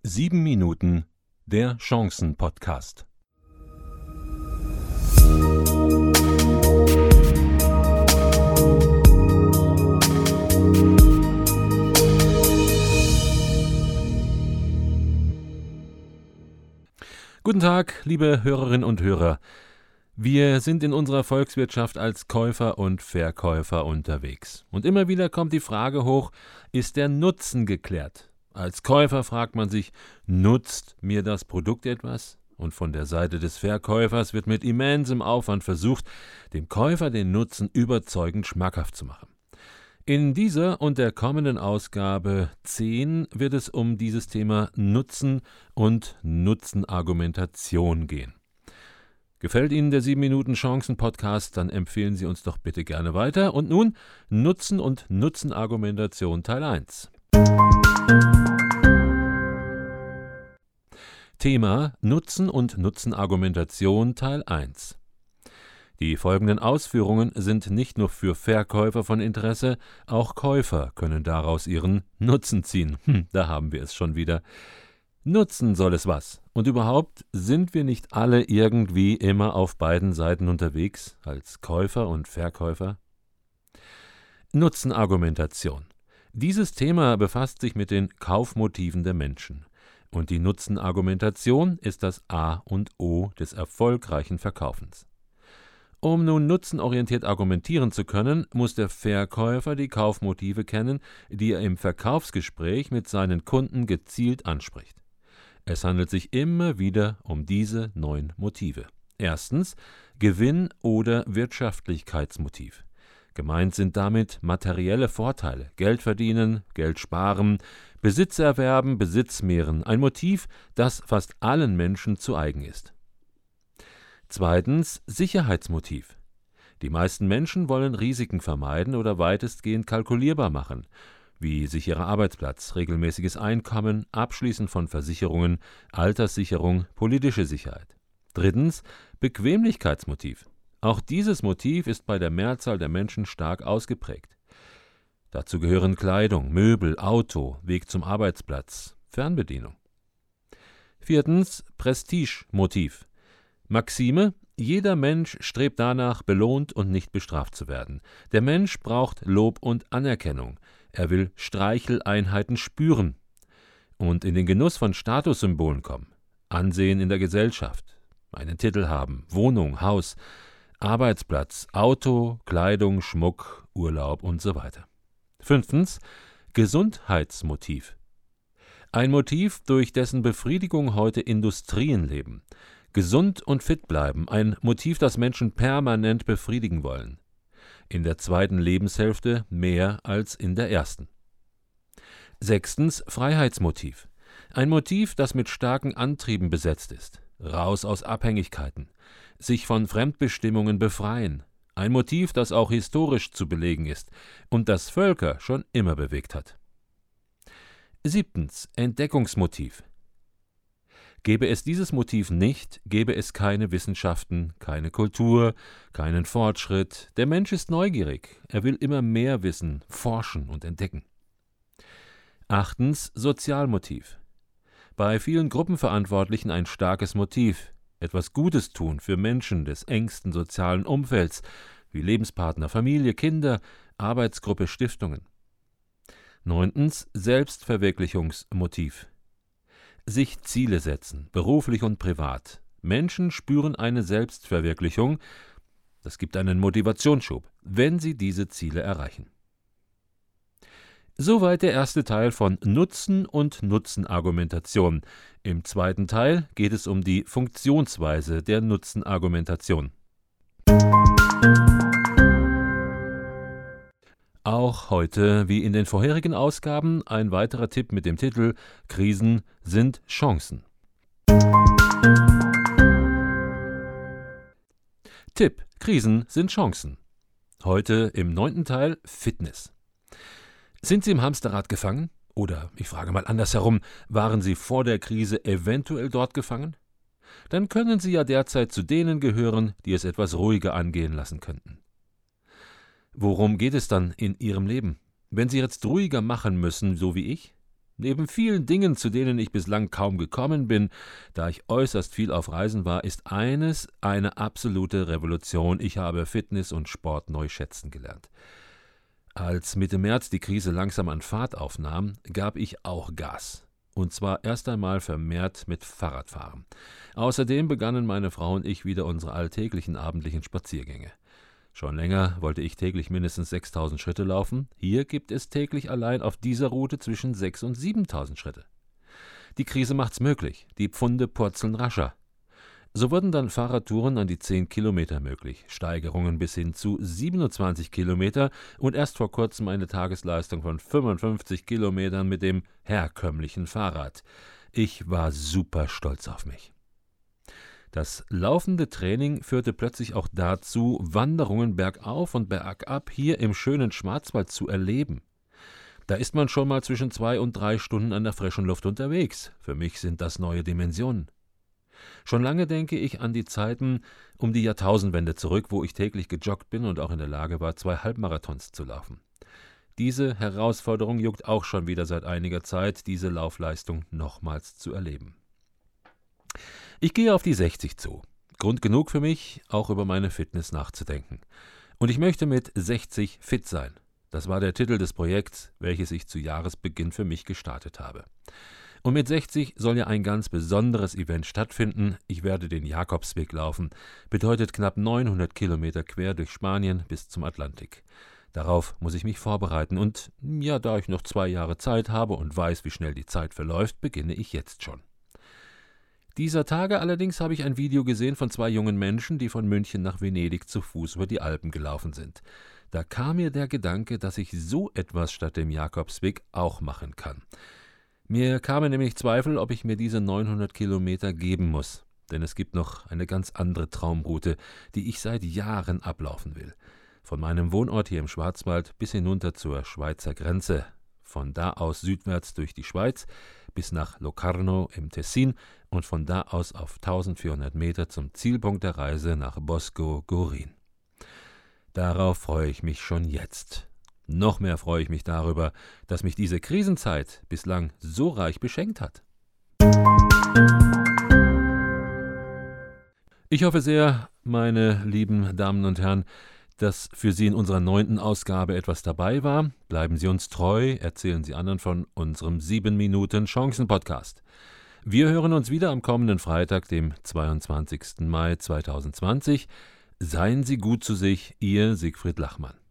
7 Minuten, der Chancen-Podcast. Guten Tag, liebe Hörerinnen und Hörer. Wir sind in unserer Volkswirtschaft als Käufer und Verkäufer unterwegs. Und immer wieder kommt die Frage hoch, ist der Nutzen geklärt? Als Käufer fragt man sich, nutzt mir das Produkt etwas? Und von der Seite des Verkäufers wird mit immensem Aufwand versucht, dem Käufer den Nutzen überzeugend schmackhaft zu machen. In dieser und der kommenden Ausgabe 10 wird es um dieses Thema Nutzen und Nutzenargumentation gehen. Gefällt Ihnen der 7 Minuten Chancen Podcast, dann empfehlen Sie uns doch bitte gerne weiter. Und nun Nutzen und Nutzenargumentation Teil 1. Thema Nutzen und Nutzenargumentation Teil 1. Die folgenden Ausführungen sind nicht nur für Verkäufer von Interesse, auch Käufer können daraus ihren Nutzen ziehen. Da haben wir es schon wieder. Nutzen soll es was. Und überhaupt sind wir nicht alle irgendwie immer auf beiden Seiten unterwegs, als Käufer und Verkäufer? Nutzenargumentation. Dieses Thema befasst sich mit den Kaufmotiven der Menschen. Und die Nutzenargumentation ist das A und O des erfolgreichen Verkaufens. Um nun nutzenorientiert argumentieren zu können, muss der Verkäufer die Kaufmotive kennen, die er im Verkaufsgespräch mit seinen Kunden gezielt anspricht. Es handelt sich immer wieder um diese 9 Motive. Erstens Gewinn- oder Wirtschaftlichkeitsmotiv. Gemeint sind damit materielle Vorteile, Geld verdienen, Geld sparen, Besitz erwerben, Besitz mehren, ein Motiv, das fast allen Menschen zu eigen ist. Zweitens Sicherheitsmotiv. Die meisten Menschen wollen Risiken vermeiden oder weitestgehend kalkulierbar machen, wie sicherer Arbeitsplatz, regelmäßiges Einkommen, Abschließen von Versicherungen, Alterssicherung, politische Sicherheit. Drittens Bequemlichkeitsmotiv. Auch dieses Motiv ist bei der Mehrzahl der Menschen stark ausgeprägt. Dazu gehören Kleidung, Möbel, Auto, Weg zum Arbeitsplatz, Fernbedienung. Viertens Prestigemotiv. Maxime: Jeder Mensch strebt danach, belohnt und nicht bestraft zu werden. Der Mensch braucht Lob und Anerkennung. Er will Streicheleinheiten spüren und in den Genuss von Statussymbolen kommen. Ansehen in der Gesellschaft, einen Titel haben, Wohnung, Haus, Arbeitsplatz, Auto, Kleidung, Schmuck, Urlaub und so weiter. Fünftens Gesundheitsmotiv. Ein Motiv, durch dessen Befriedigung heute Industrien leben. Gesund und fit bleiben, ein Motiv, das Menschen permanent befriedigen wollen. In der zweiten Lebenshälfte mehr als in der ersten. Sechstens Freiheitsmotiv. Ein Motiv, das mit starken Antrieben besetzt ist. Raus aus Abhängigkeiten. Sich von Fremdbestimmungen befreien. Ein Motiv, das auch historisch zu belegen ist und das Völker schon immer bewegt hat. Siebtens Entdeckungsmotiv. Gäbe es dieses Motiv nicht, gäbe es keine Wissenschaften, keine Kultur, keinen Fortschritt. Der Mensch ist neugierig, er will immer mehr wissen, forschen und entdecken. Achtens Sozialmotiv. Bei vielen Gruppenverantwortlichen ein starkes Motiv, etwas Gutes tun für Menschen des engsten sozialen Umfelds, wie Lebenspartner, Familie, Kinder, Arbeitsgruppe, Stiftungen. Neuntens Selbstverwirklichungsmotiv. Sich Ziele setzen, beruflich und privat. Menschen spüren eine Selbstverwirklichung, das gibt einen Motivationsschub, wenn sie diese Ziele erreichen. Soweit der erste Teil von Nutzen und Nutzenargumentation. Im zweiten Teil geht es um die Funktionsweise der Nutzenargumentation. Auch heute, wie in den vorherigen Ausgaben, ein weiterer Tipp mit dem Titel Krisen sind Chancen. Tipp: Krisen sind Chancen. Heute im 9. Teil Fitness. Sind Sie im Hamsterrad gefangen? Oder, ich frage mal andersherum, waren Sie vor der Krise eventuell dort gefangen? Dann können Sie ja derzeit zu denen gehören, die es etwas ruhiger angehen lassen könnten. Worum geht es dann in Ihrem Leben? Wenn Sie jetzt ruhiger machen müssen, so wie ich? Neben vielen Dingen, zu denen ich bislang kaum gekommen bin, da ich äußerst viel auf Reisen war, ist eines eine absolute Revolution: Ich habe Fitness und Sport neu schätzen gelernt. Als Mitte März die Krise langsam an Fahrt aufnahm, gab ich auch Gas. Und zwar erst einmal vermehrt mit Fahrradfahren. Außerdem begannen meine Frau und ich wieder unsere alltäglichen abendlichen Spaziergänge. Schon länger wollte ich täglich mindestens 6.000 Schritte laufen. Hier gibt es täglich allein auf dieser Route zwischen 6.000 und 7.000 Schritte. Die Krise macht's möglich. Die Pfunde purzeln rascher. So wurden dann Fahrradtouren an die 10 Kilometer möglich, Steigerungen bis hin zu 27 Kilometer und erst vor kurzem eine Tagesleistung von 55 Kilometern mit dem herkömmlichen Fahrrad. Ich war super stolz auf mich. Das laufende Training führte plötzlich auch dazu, Wanderungen bergauf und bergab hier im schönen Schwarzwald zu erleben. Da ist man schon mal zwischen 2 und 3 Stunden an der frischen Luft unterwegs. Für mich sind das neue Dimensionen. Schon lange denke ich an die Zeiten um die Jahrtausendwende zurück, wo ich täglich gejoggt bin und auch in der Lage war, 2 Halbmarathons zu laufen. Diese Herausforderung juckt auch schon wieder seit einiger Zeit, diese Laufleistung nochmals zu erleben. Ich gehe auf die 60 zu. Grund genug für mich, auch über meine Fitness nachzudenken. Und ich möchte mit 60 fit sein. Das war der Titel des Projekts, welches ich zu Jahresbeginn für mich gestartet habe. Und mit 60 soll ja ein ganz besonderes Event stattfinden. Ich werde den Jakobsweg laufen. Bedeutet knapp 900 Kilometer quer durch Spanien bis zum Atlantik. Darauf muss ich mich vorbereiten und, ja, da ich noch 2 Jahre Zeit habe und weiß, wie schnell die Zeit verläuft, beginne ich jetzt schon. Dieser Tage allerdings habe ich ein Video gesehen von 2 jungen Menschen, die von München nach Venedig zu Fuß über die Alpen gelaufen sind. Da kam mir der Gedanke, dass ich so etwas statt dem Jakobsweg auch machen kann. Mir kamen nämlich Zweifel, ob ich mir diese 900 Kilometer geben muss, denn es gibt noch eine ganz andere Traumroute, die ich seit Jahren ablaufen will. Von meinem Wohnort hier im Schwarzwald bis hinunter zur Schweizer Grenze, von da aus südwärts durch die Schweiz bis nach Locarno im Tessin und von da aus auf 1400 Meter zum Zielpunkt der Reise nach Bosco Gurin. Darauf freue ich mich schon jetzt. Noch mehr freue ich mich darüber, dass mich diese Krisenzeit bislang so reich beschenkt hat. Ich hoffe sehr, meine lieben Damen und Herren, dass für Sie in unserer 9. Ausgabe etwas dabei war. Bleiben Sie uns treu, erzählen Sie anderen von unserem 7-Minuten-Chancen-Podcast. Wir hören uns wieder am kommenden Freitag, dem 22. Mai 2020. Seien Sie gut zu sich, Ihr Siegfried Lachmann.